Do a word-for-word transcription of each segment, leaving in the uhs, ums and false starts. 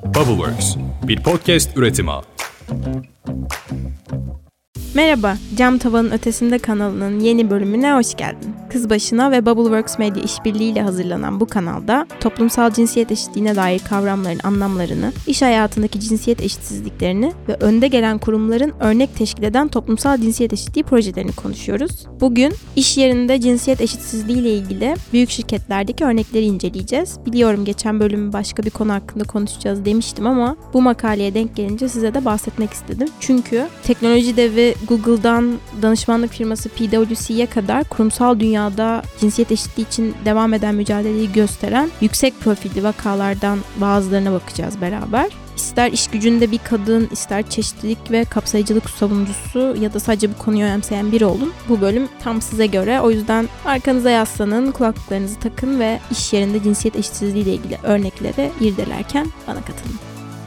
Bubbleworks, bir podcast üretimi. Merhaba, Cam Tavanın Ötesinde kanalının yeni bölümüne hoş geldin. Kız Başına ve Bubbleworks Medya işbirliğiyle hazırlanan bu kanalda toplumsal cinsiyet eşitliğine dair kavramların anlamlarını, iş hayatındaki cinsiyet eşitsizliklerini ve önde gelen kurumların örnek teşkil eden toplumsal cinsiyet eşitliği projelerini konuşuyoruz. Bugün iş yerinde cinsiyet eşitsizliği ile ilgili büyük şirketlerdeki örnekleri inceleyeceğiz. Biliyorum geçen bölümü başka bir konu hakkında konuşacağız demiştim ama bu makaleye denk gelince size de bahsetmek istedim. Çünkü teknoloji devi Google'dan danışmanlık firması P W C'ye kadar kurumsal dünyada cinsiyet eşitliği için devam eden mücadeleyi gösteren yüksek profilli vakalardan bazılarına bakacağız beraber. İster iş gücünde bir kadın, ister çeşitlilik ve kapsayıcılık savunucusu ya da sadece bu konuyu önemseyen biri olun. Bu bölüm tam size göre. O yüzden arkanıza yaslanın, kulaklıklarınızı takın ve iş yerinde cinsiyet eşitsizliği ile ilgili örnekleri irdelerken bana katılın.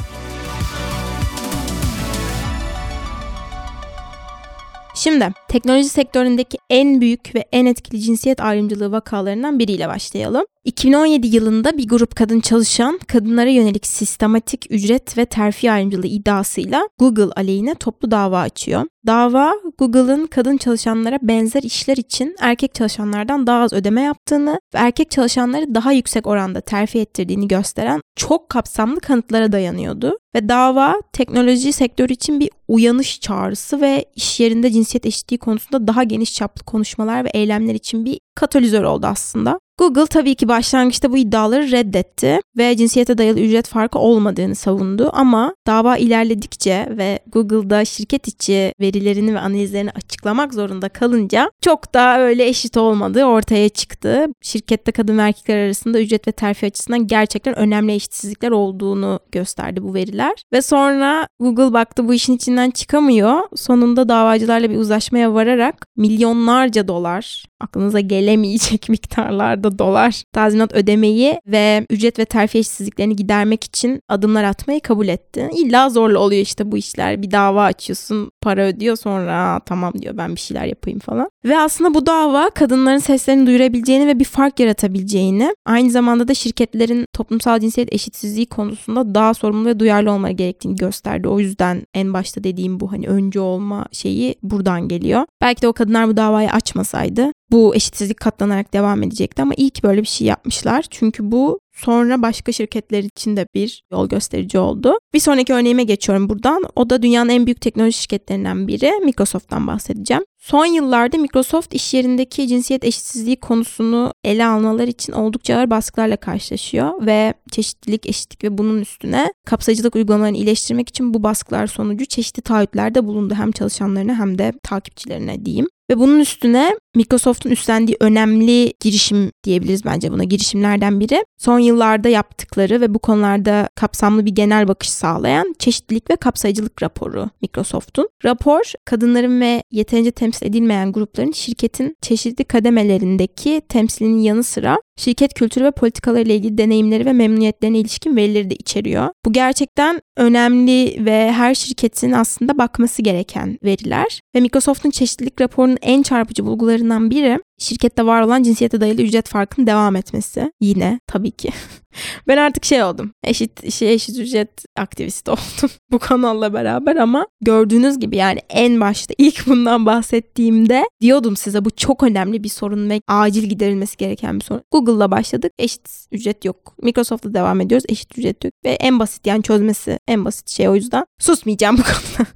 Şimdi teknoloji sektöründeki en büyük ve en etkili cinsiyet ayrımcılığı vakalarından biriyle başlayalım. iki bin on yedi yılında bir grup kadın çalışan, kadınlara yönelik sistematik ücret ve terfi ayrımcılığı iddiasıyla Google aleyhine toplu dava açıyor. Dava, Google'ın kadın çalışanlara benzer işler için erkek çalışanlardan daha az ödeme yaptığını ve erkek çalışanları daha yüksek oranda terfi ettirdiğini gösteren çok kapsamlı kanıtlara dayanıyordu. Ve dava, teknoloji sektörü için bir uyanış çağrısı ve iş yerinde cinsiyet eşitliği konusunda daha geniş çaplı konuşmalar ve eylemler için bir katalizör oldu aslında. Google tabii ki başlangıçta bu iddiaları reddetti ve cinsiyete dayalı ücret farkı olmadığını savundu ama dava ilerledikçe ve Google'da şirket içi verilerini ve analizlerini açıklamak zorunda kalınca çok daha öyle eşit olmadığı ortaya çıktı. Şirkette kadın ve erkekler arasında ücret ve terfi açısından gerçekten önemli eşitsizlikler olduğunu gösterdi bu veriler. Ve sonra Google baktı bu işin içinden çıkamıyor. Sonunda davacılarla bir uzlaşmaya vararak milyonlarca dolar, aklınıza gelemeyecek miktarlarda dolar tazminat ödemeyi ve ücret ve terfi eşitsizliklerini gidermek için adımlar atmayı kabul etti. İlla zorla oluyor işte bu işler. Bir dava açıyorsun, para ödüyor, sonra tamam diyor ben bir şeyler yapayım falan. Ve aslında bu dava kadınların seslerini duyurabileceğini ve bir fark yaratabileceğini, aynı zamanda da şirketlerin toplumsal cinsiyet eşitsizliği konusunda daha sorumlu ve duyarlı olmaları gerektiğini gösterdi. O yüzden en başta dediğim bu hani öncü olma şeyi buradan geliyor. Belki de o kadınlar bu davayı açmasaydı bu eşitsizlik katlanarak devam edecekti ama iyi ki böyle bir şey yapmışlar. Çünkü bu sonra başka şirketler için de bir yol gösterici oldu. Bir sonraki örneğime geçiyorum buradan. O da dünyanın en büyük teknoloji şirketlerinden biri. Microsoft'tan bahsedeceğim. Son yıllarda Microsoft iş yerindeki cinsiyet eşitsizliği konusunu ele almaları için oldukça ağır baskılarla karşılaşıyor ve çeşitlilik, eşitlik ve bunun üstüne kapsayıcılık uygulamalarını iyileştirmek için bu baskılar sonucu çeşitli taahhütlerde bulundu hem çalışanlarına hem de takipçilerine diyeyim. Ve bunun üstüne Microsoft'un üstlendiği önemli girişim diyebiliriz bence buna, girişimlerden biri. Son yıllarda yaptıkları ve bu konularda kapsamlı bir genel bakış sağlayan çeşitlilik ve kapsayıcılık raporu Microsoft'un. Rapor, kadınların ve yeterince temsil edilmeyen grupların şirketin çeşitli kademelerindeki temsilinin yanı sıra şirket kültürü ve politikalarıyla ilgili deneyimleri ve memnuniyetlerine ilişkin verileri de içeriyor. Bu gerçekten önemli ve her şirketin aslında bakması gereken veriler. Ve Microsoft'un çeşitlilik raporunun en çarpıcı bulgularından biri şirkette var olan cinsiyete dayalı ücret farkının devam etmesi. Yine tabii ki. Ben artık şey oldum. Eşit şey eşit ücret aktivisti oldum bu kanalla beraber ama gördüğünüz gibi yani en başta ilk bundan bahsettiğimde diyordum size bu çok önemli bir sorun ve acil giderilmesi gereken bir sorun. Google'la başladık. Eşit ücret yok. Microsoft'la devam ediyoruz. Eşit ücret yok. Ve en basit yani çözmesi en basit şey, o yüzden susmayacağım bu konuda.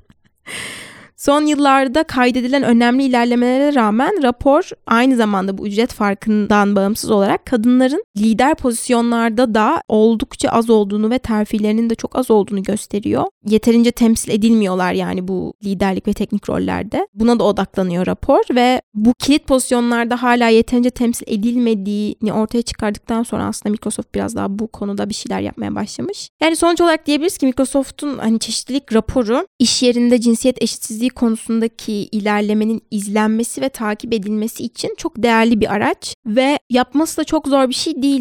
Son yıllarda kaydedilen önemli ilerlemelere rağmen rapor aynı zamanda bu ücret farkından bağımsız olarak kadınların lider pozisyonlarda da oldukça az olduğunu ve terfilerinin de çok az olduğunu gösteriyor. Yeterince temsil edilmiyorlar yani bu liderlik ve teknik rollerde. Buna da odaklanıyor rapor ve bu kilit pozisyonlarda hala yeterince temsil edilmediğini ortaya çıkardıktan sonra aslında Microsoft biraz daha bu konuda bir şeyler yapmaya başlamış. Yani sonuç olarak diyebiliriz ki Microsoft'un hani çeşitlilik raporu iş yerinde cinsiyet eşitsizliği konusundaki ilerlemenin izlenmesi ve takip edilmesi için çok değerli bir araç ve yapması da çok zor bir şey değil yani.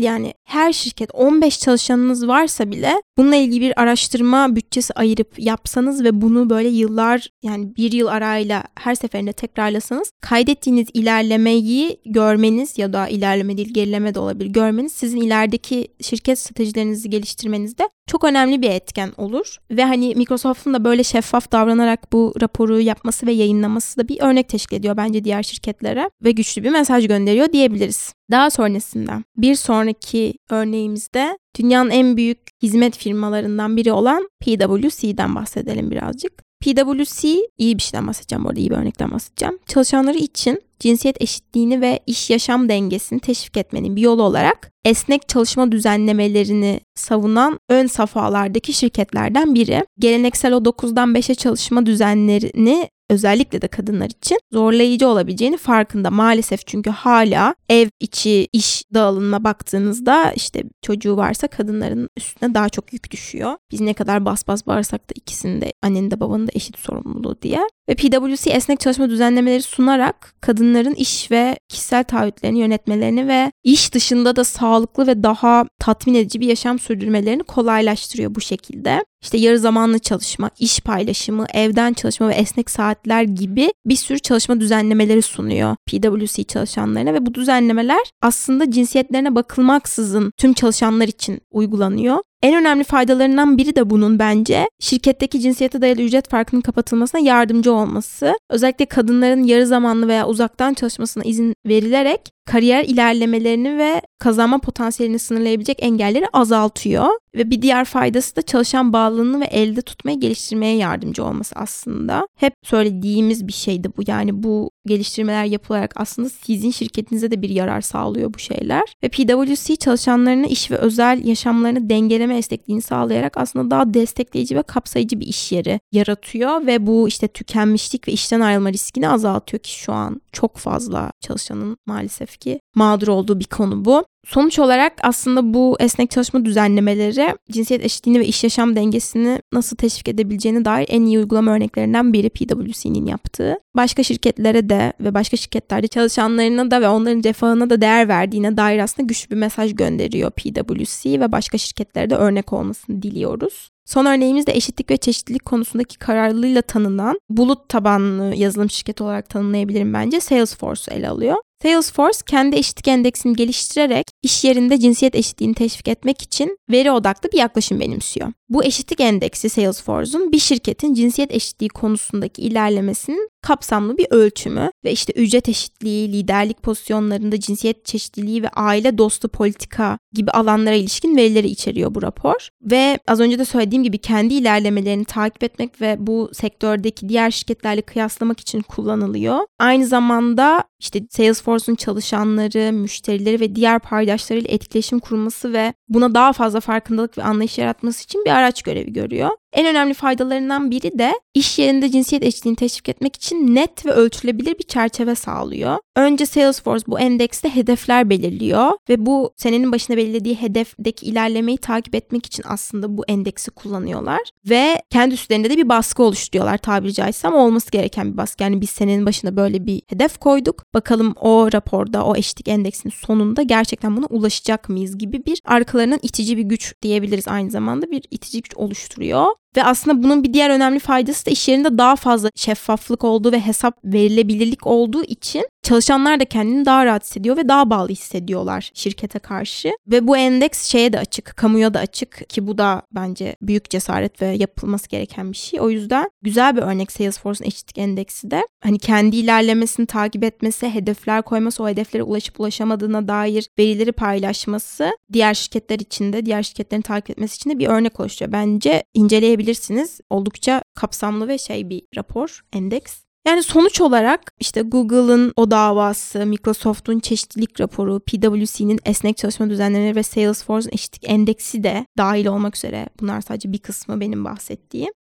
her şirket on beş çalışanınız varsa bile bununla ilgili bir araştırma bütçesi ayırıp yapsanız ve bunu böyle yıllar, yani bir yıl arayla her seferinde tekrarlasanız, kaydettiğiniz ilerlemeyi görmeniz ya da ilerleme değil gerileme de olabilir, görmeniz sizin ilerideki şirket stratejilerinizi geliştirmenizde çok önemli bir etken olur. Ve hani Microsoft'un da böyle şeffaf davranarak bu raporu yapması ve yayınlaması da bir örnek teşkil ediyor bence diğer şirketlere ve güçlü bir mesaj gönderiyor diyebiliriz. Daha sonrasında bir sonraki örneğimizde dünyanın en büyük hizmet firmalarından biri olan P W C'den bahsedelim birazcık. P W C, iyi bir şeyden bahsedeceğim, orada iyi bir örnekten bahsedeceğim. Çalışanları için cinsiyet eşitliğini ve iş-yaşam dengesini teşvik etmenin bir yolu olarak esnek çalışma düzenlemelerini savunan ön safhalardaki şirketlerden biri. Geleneksel o dokuzdan beşe çalışma düzenlerini özellikle de kadınlar için zorlayıcı olabileceğini farkında maalesef, çünkü hala ev içi iş dağılımına baktığınızda işte çocuğu varsa kadınların üstüne daha çok yük düşüyor. Biz ne kadar bas bas bağırsak da ikisinin de, annenin de babanın da eşit sorumluluğu diye. Ve P W C esnek çalışma düzenlemeleri sunarak kadınların iş ve kişisel taahhütlerini yönetmelerini ve iş dışında da sağlıklı ve daha tatmin edici bir yaşam sürdürmelerini kolaylaştırıyor bu şekilde. İşte yarı zamanlı çalışma, iş paylaşımı, evden çalışma ve esnek saatler gibi bir sürü çalışma düzenlemeleri sunuyor P W C çalışanlarına ve bu düzenlemeler aslında cinsiyetlerine bakılmaksızın tüm çalışanlar için uygulanıyor. En önemli faydalarından biri de bunun bence şirketteki cinsiyete dayalı ücret farkının kapatılmasına yardımcı olması. Özellikle kadınların yarı zamanlı veya uzaktan çalışmasına izin verilerek kariyer ilerlemelerini ve kazanma potansiyelini sınırlayabilecek engelleri azaltıyor. Ve bir diğer faydası da çalışan bağlılığını ve elde tutmayı geliştirmeye yardımcı olması aslında. Hep söylediğimiz bir şeydi bu. Yani bu geliştirmeler yapılarak aslında sizin şirketinize de bir yarar sağlıyor bu şeyler. Ve P W C çalışanlarının iş ve özel yaşamlarını dengeleme esnekliğini sağlayarak aslında daha destekleyici ve kapsayıcı bir iş yeri yaratıyor. Ve bu işte tükenmişlik ve işten ayrılma riskini azaltıyor ki şu an çok fazla çalışanın maalesef ki mağdur olduğu bir konu bu. Sonuç olarak aslında bu esnek çalışma düzenlemeleri cinsiyet eşitliğini ve iş yaşam dengesini nasıl teşvik edebileceğine dair en iyi uygulama örneklerinden biri P W C'nin yaptığı. Başka şirketlere de ve başka şirketlerde çalışanlarına da ve onların refahına da değer verdiğine dair aslında güçlü bir mesaj gönderiyor P W C ve başka şirketlere de örnek olmasını diliyoruz. Son örneğimiz de eşitlik ve çeşitlilik konusundaki kararlılığıyla tanınan, bulut tabanlı yazılım şirketi olarak tanımlayabilirim bence, Salesforce'u ele alıyor. Salesforce kendi eşitlik endeksini geliştirerek iş yerinde cinsiyet eşitliğini teşvik etmek için veri odaklı bir yaklaşım benimsiyor. Bu eşitlik endeksi Salesforce'un bir şirketin cinsiyet eşitliği konusundaki ilerlemesinin kapsamlı bir ölçümü ve işte ücret eşitliği, liderlik pozisyonlarında cinsiyet çeşitliliği ve aile dostu politika gibi alanlara ilişkin verileri içeriyor bu rapor. Ve az önce de söylediğim gibi kendi ilerlemelerini takip etmek ve bu sektördeki diğer şirketlerle kıyaslamak için kullanılıyor. Aynı zamanda işte Salesforce'un çalışanları, müşterileri ve diğer paydaşlarıyla etkileşim kurması ve buna daha fazla farkındalık ve anlayış yaratması için bir araç görevi görüyor. En önemli faydalarından biri de iş yerinde cinsiyet eşitliğini teşvik etmek için net ve ölçülebilir bir çerçeve sağlıyor. Önce Salesforce bu endekste hedefler belirliyor ve bu senenin başına belirlediği hedefteki ilerlemeyi takip etmek için aslında bu endeksi kullanıyorlar. Ve kendi üstlerinde de bir baskı oluşturuyorlar tabiri caizse, ama olması gereken bir baskı. Yani biz senenin başına böyle bir hedef koyduk. Bakalım o raporda, o eşitlik endeksinin sonunda gerçekten buna ulaşacak mıyız gibi bir arkalarından itici bir güç diyebiliriz, aynı zamanda bir itici güç oluşturuyor. Ve aslında bunun bir diğer önemli faydası da iş yerinde daha fazla şeffaflık olduğu ve hesap verilebilirlik olduğu için çalışanlar da kendini daha rahat hissediyor ve daha bağlı hissediyorlar şirkete karşı. Ve bu endeks şeye de açık, kamuya da açık ki bu da bence büyük cesaret ve yapılması gereken bir şey. O yüzden güzel bir örnek Salesforce'un eşitlik endeksi de. Hani kendi ilerlemesini takip etmesi, hedefler koyması, o hedeflere ulaşıp ulaşamadığına dair verileri paylaşması diğer şirketler için de, diğer şirketlerin takip etmesi için de bir örnek oluşturuyor. Bence inceleyebilirsiniz. Oldukça kapsamlı ve şey bir rapor, endeks. Yani sonuç olarak işte Google'ın o davası, Microsoft'un çeşitlilik raporu, P W C'nin esnek çalışma düzenlemeleri ve Salesforce'un eşitlik endeksi de dahil olmak üzere, bunlar sadece bir kısmı benim bahsettiğim.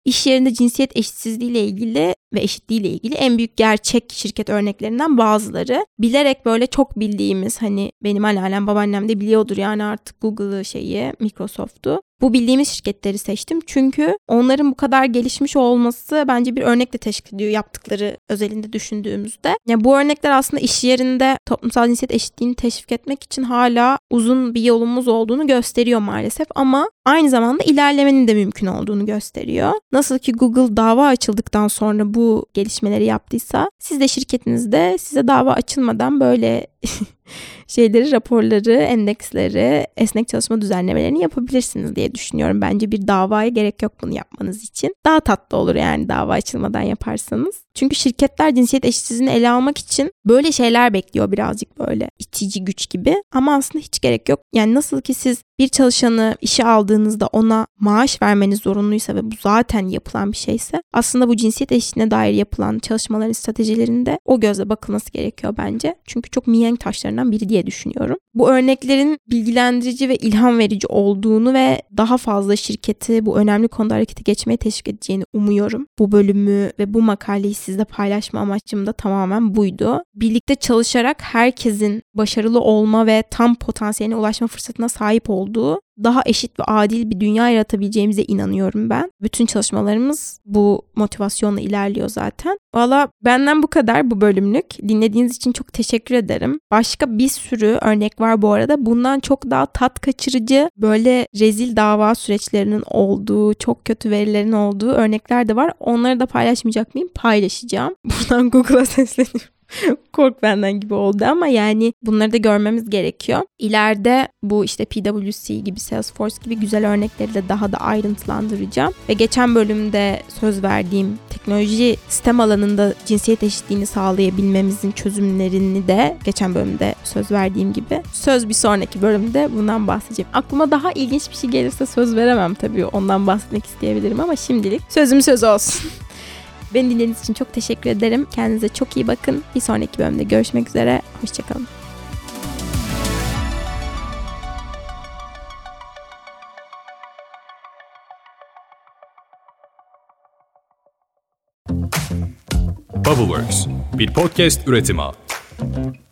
iş yerinde cinsiyet eşitsizliği ile ilgili ve eşitliği ile ilgili en büyük gerçek şirket örneklerinden bazıları. Bilerek böyle çok bildiğimiz, hani benim anneannem babaannem de biliyordur yani artık Google'ı, şeyi, Microsoft'u. Bu bildiğimiz şirketleri seçtim çünkü onların bu kadar gelişmiş olması bence bir örnek de teşkil ediyor yaptıkları özelinde düşündüğümüzde. Yani bu örnekler aslında iş yerinde toplumsal cinsiyet eşitliğini teşvik etmek için hala uzun bir yolumuz olduğunu gösteriyor maalesef ama aynı zamanda ilerlemenin de mümkün olduğunu gösteriyor. Nasıl ki Google dava açıldıktan sonra bu gelişmeleri yaptıysa siz de şirketinizde size dava açılmadan böyle şeyleri, raporları, endeksleri, esnek çalışma düzenlemelerini yapabilirsiniz diye düşünüyorum. Bence bir davaya gerek yok bunu yapmanız için. Daha tatlı olur yani dava açılmadan yaparsanız. Çünkü şirketler cinsiyet eşitsizliğini ele almak için böyle şeyler bekliyor, birazcık böyle itici güç gibi. Ama aslında hiç gerek yok. Yani nasıl ki siz bir çalışanı işe aldığınızda ona maaş vermeniz zorunluysa ve bu zaten yapılan bir şeyse aslında bu cinsiyet eşitliğine dair yapılan çalışmaların stratejilerinde o gözle bakılması gerekiyor bence. Çünkü çok mihenk taşlarından biri diye düşünüyorum. Bu örneklerin bilgilendirici ve ilham verici olduğunu ve daha fazla şirketi bu önemli konuda harekete geçmeye teşvik edeceğini umuyorum. Bu bölümü ve bu makaleyi sizle paylaşma amacım da tamamen buydu. Birlikte çalışarak herkesin başarılı olma ve tam potansiyeline ulaşma fırsatına sahip olduğu daha eşit ve adil bir dünya yaratabileceğimize inanıyorum ben. Bütün çalışmalarımız bu motivasyonla ilerliyor zaten. Valla benden bu kadar bu bölümlük. Dinlediğiniz için çok teşekkür ederim. Başka bir sürü örnek var bu arada. Bundan çok daha tat kaçırıcı, böyle rezil dava süreçlerinin olduğu, çok kötü verilerin olduğu örnekler de var. Onları da paylaşmayacak mıyım? Paylaşacağım. Buradan Google'a sesleniyorum. Kork benden gibi oldu ama yani bunları da görmemiz gerekiyor. İleride bu işte P W C gibi, Salesforce gibi güzel örnekleri de daha da ayrıntılandıracağım. Ve geçen bölümde söz verdiğim teknoloji sistem alanında cinsiyet eşitliğini sağlayabilmemizin çözümlerini de geçen bölümde söz verdiğim gibi söz bir sonraki bölümde bundan bahsedeceğim. Aklıma daha ilginç bir şey gelirse söz veremem tabii, ondan bahsetmek isteyebilirim ama şimdilik sözüm söz olsun. Beni dinlediğiniz için çok teşekkür ederim. Kendinize çok iyi bakın. Bir sonraki bölümde görüşmek üzere. Hoşçakalın. Bubbleworks, bir podcast üretimi.